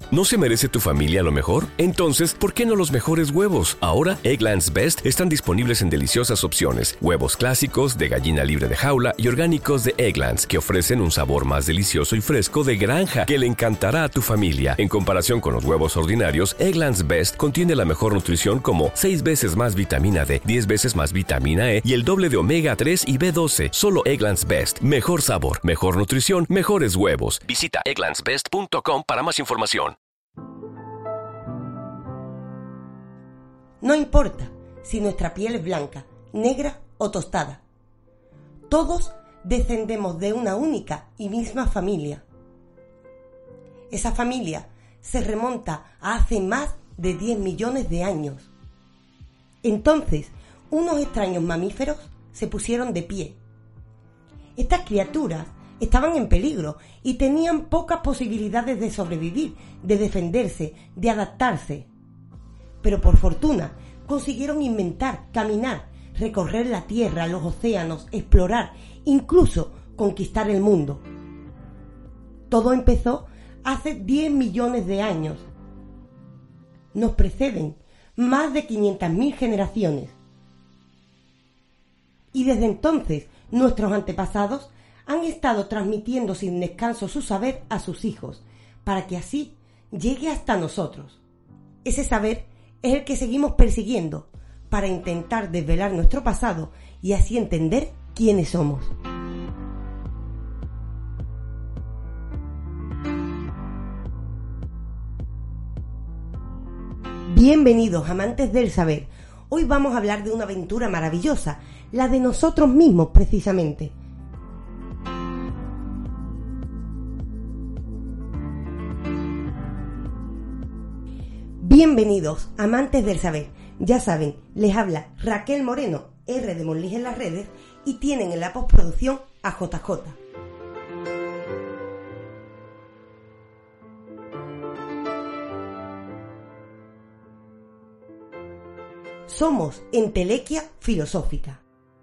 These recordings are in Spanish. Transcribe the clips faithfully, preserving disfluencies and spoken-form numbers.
¿No se merece tu familia lo mejor? Entonces, ¿por qué no los mejores huevos? Ahora, Eggland's Best están disponibles en deliciosas opciones. Huevos clásicos, de gallina libre de jaula y orgánicos de Eggland's, que ofrecen un sabor más delicioso y fresco de granja que le encantará a tu familia. En comparación con los huevos ordinarios, Eggland's Best contiene la mejor nutrición como seis veces más vitamina D, diez veces más vitamina E y el doble de omega tres y B doce. Solo Eggland's Best. Mejor sabor, mejor nutrición, mejores huevos. Visita egglands best punto com para más información. No importa si nuestra piel es blanca, negra o tostada. Todos descendemos de una única y misma familia. Esa familia se remonta a hace más de diez millones de años. Entonces, unos extraños mamíferos se pusieron de pie. Estas criaturas estaban en peligro y tenían pocas posibilidades de sobrevivir, de defenderse, de adaptarse. Pero por fortuna consiguieron inventar, caminar, recorrer la tierra, los océanos, explorar, incluso conquistar el mundo. Todo empezó hace diez millones de años. Nos preceden más de quinientas mil generaciones. Y desde entonces nuestros antepasados han estado transmitiendo sin descanso su saber a sus hijos, para que así llegue hasta nosotros. Ese saber es el que seguimos persiguiendo para intentar desvelar nuestro pasado y así entender quiénes somos. Bienvenidos, amantes del saber. Hoy vamos a hablar de una aventura maravillosa, la de nosotros mismos precisamente. Bienvenidos, amantes del saber. Ya saben, les habla Raquel Moreno, R de Monlige en las redes, y tienen en la postproducción a J J. Somos entelequia filosófica.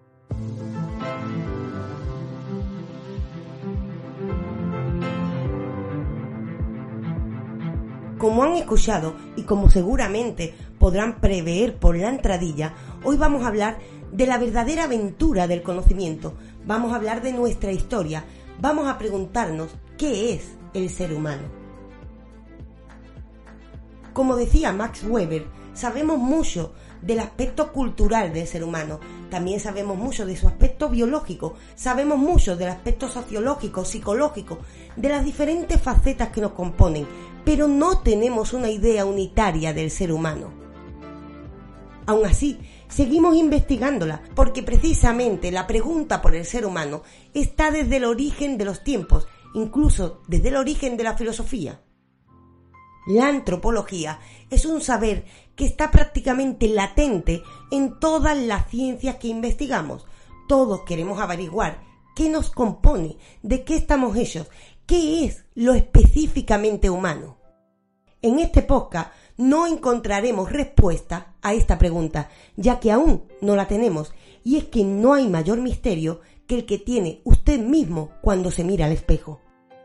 Como han escuchado y como seguramente podrán prever por la entradilla, hoy vamos a hablar de la verdadera aventura del conocimiento. Vamos a hablar de nuestra historia. Vamos a preguntarnos qué es el ser humano. Como decía Max Weber, sabemos mucho del aspecto cultural del ser humano. También sabemos mucho de su aspecto biológico. Sabemos mucho del aspecto sociológico, psicológico, de las diferentes facetas que nos componen, pero no tenemos una idea unitaria del ser humano. Aún así, seguimos investigándola, porque precisamente la pregunta por el ser humano está desde el origen de los tiempos, incluso desde el origen de la filosofía. La antropología es un saber que está prácticamente latente en todas las ciencias que investigamos. Todos queremos averiguar qué nos compone, de qué estamos hechos, qué es lo específicamente humano. En este podcast no encontraremos respuesta a esta pregunta, ya que aún no la tenemos, y es que no hay mayor misterio que el que tiene usted mismo cuando se mira al espejo.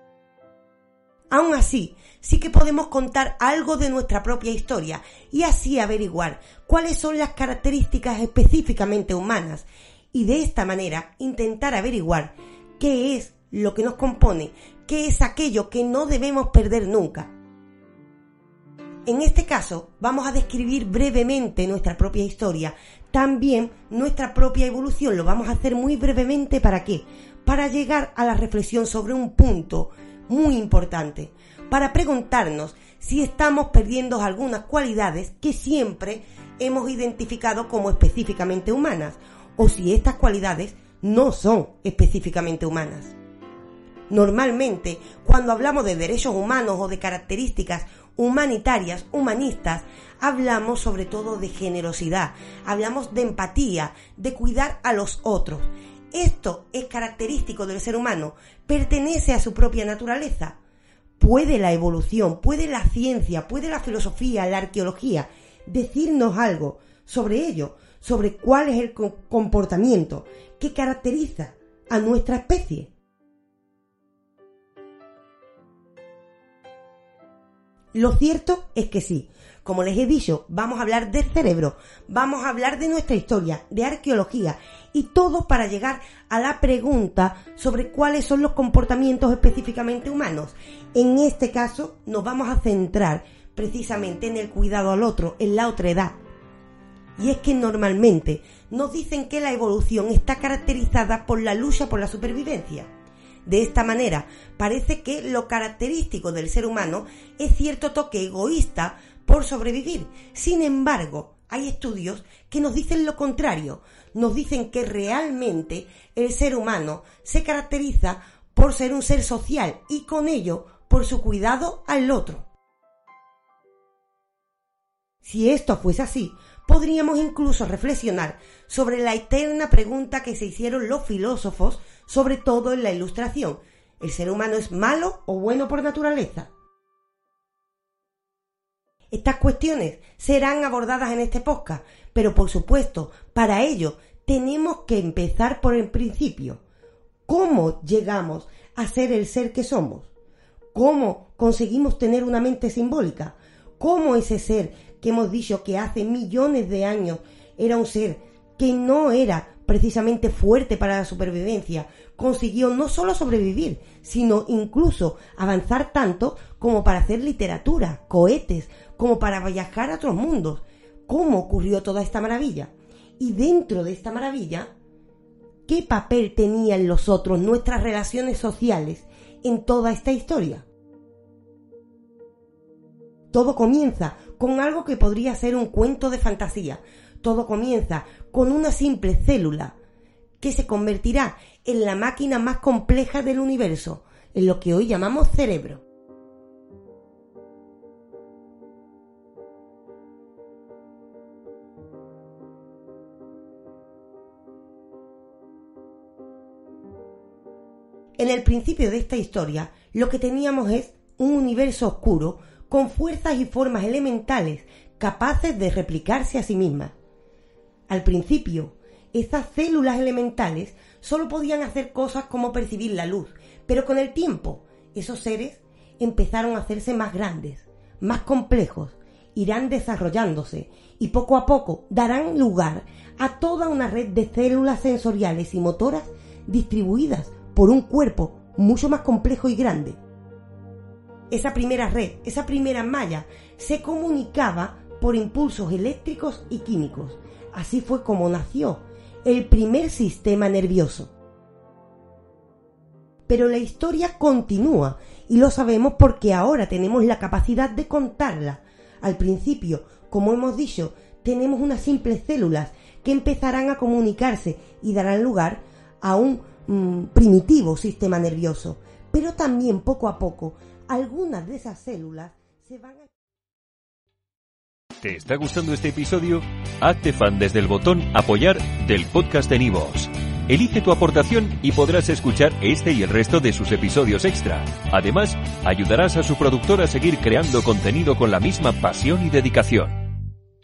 Aún así, sí que podemos contar algo de nuestra propia historia y así averiguar cuáles son las características específicamente humanas y de esta manera intentar averiguar qué es lo que nos compone, qué es aquello que no debemos perder nunca. En este caso, vamos a describir brevemente nuestra propia historia, también nuestra propia evolución. Lo vamos a hacer muy brevemente. ¿Para qué? Para llegar a la reflexión sobre un punto muy importante, para preguntarnos si estamos perdiendo algunas cualidades que siempre hemos identificado como específicamente humanas, o si estas cualidades no son específicamente humanas. Normalmente, cuando hablamos de derechos humanos o de características humanitarias, humanistas, hablamos sobre todo de generosidad, hablamos de empatía, de cuidar a los otros. Esto es característico del ser humano, pertenece a su propia naturaleza. ¿Puede la evolución, puede la ciencia, puede la filosofía, la arqueología decirnos algo sobre ello, sobre cuál es el comportamiento que caracteriza a nuestra especie? Lo cierto es que sí. Como les he dicho, vamos a hablar del cerebro, vamos a hablar de nuestra historia, de arqueología y todo para llegar a la pregunta sobre cuáles son los comportamientos específicamente humanos. En este caso nos vamos a centrar precisamente en el cuidado al otro, en la otredad. Y es que normalmente nos dicen que la evolución está caracterizada por la lucha por la supervivencia. De esta manera, parece que lo característico del ser humano es cierto toque egoísta por sobrevivir. Sin embargo, hay estudios que nos dicen lo contrario. Nos dicen que realmente el ser humano se caracteriza por ser un ser social y con ello por su cuidado al otro. Si esto fuese así, podríamos incluso reflexionar sobre la eterna pregunta que se hicieron los filósofos, sobre todo en la Ilustración: ¿el ser humano es malo o bueno por naturaleza? Estas cuestiones serán abordadas en este podcast, pero por supuesto, para ello tenemos que empezar por el principio. ¿Cómo llegamos a ser el ser que somos? ¿Cómo conseguimos tener una mente simbólica? ¿Cómo ese ser que hemos dicho que hace millones de años era un ser que no era precisamente fuerte para la supervivencia, consiguió no solo sobrevivir, sino incluso avanzar tanto como para hacer literatura, cohetes, como para viajar a otros mundos? ¿Cómo ocurrió toda esta maravilla? Y dentro de esta maravilla, ¿qué papel tenían los otros, nuestras relaciones sociales, en toda esta historia? Todo comienza con algo que podría ser un cuento de fantasía. Todo comienza con una simple célula que se convertirá en la máquina más compleja del universo, en lo que hoy llamamos cerebro. En el principio de esta historia, lo que teníamos es un universo oscuro con fuerzas y formas elementales capaces de replicarse a sí mismas. Al principio, esas células elementales solo podían hacer cosas como percibir la luz, pero con el tiempo, esos seres empezaron a hacerse más grandes, más complejos, irán desarrollándose y poco a poco darán lugar a toda una red de células sensoriales y motoras distribuidas por un cuerpo mucho más complejo y grande. Esa primera red, esa primera malla, se comunicaba por impulsos eléctricos y químicos. Así fue como nació el primer sistema nervioso. Pero la historia continúa y lo sabemos porque ahora tenemos la capacidad de contarla. Al principio, como hemos dicho, tenemos unas simples células que empezarán a comunicarse y darán lugar a un mmm, primitivo sistema nervioso. Pero también poco a poco, algunas de esas células se van a... ¿Te está gustando este episodio? Hazte fan desde el botón Apoyar del podcast de Nivos. Elige tu aportación y podrás escuchar este y el resto de sus episodios extra. Además, ayudarás a su productor a seguir creando contenido con la misma pasión y dedicación.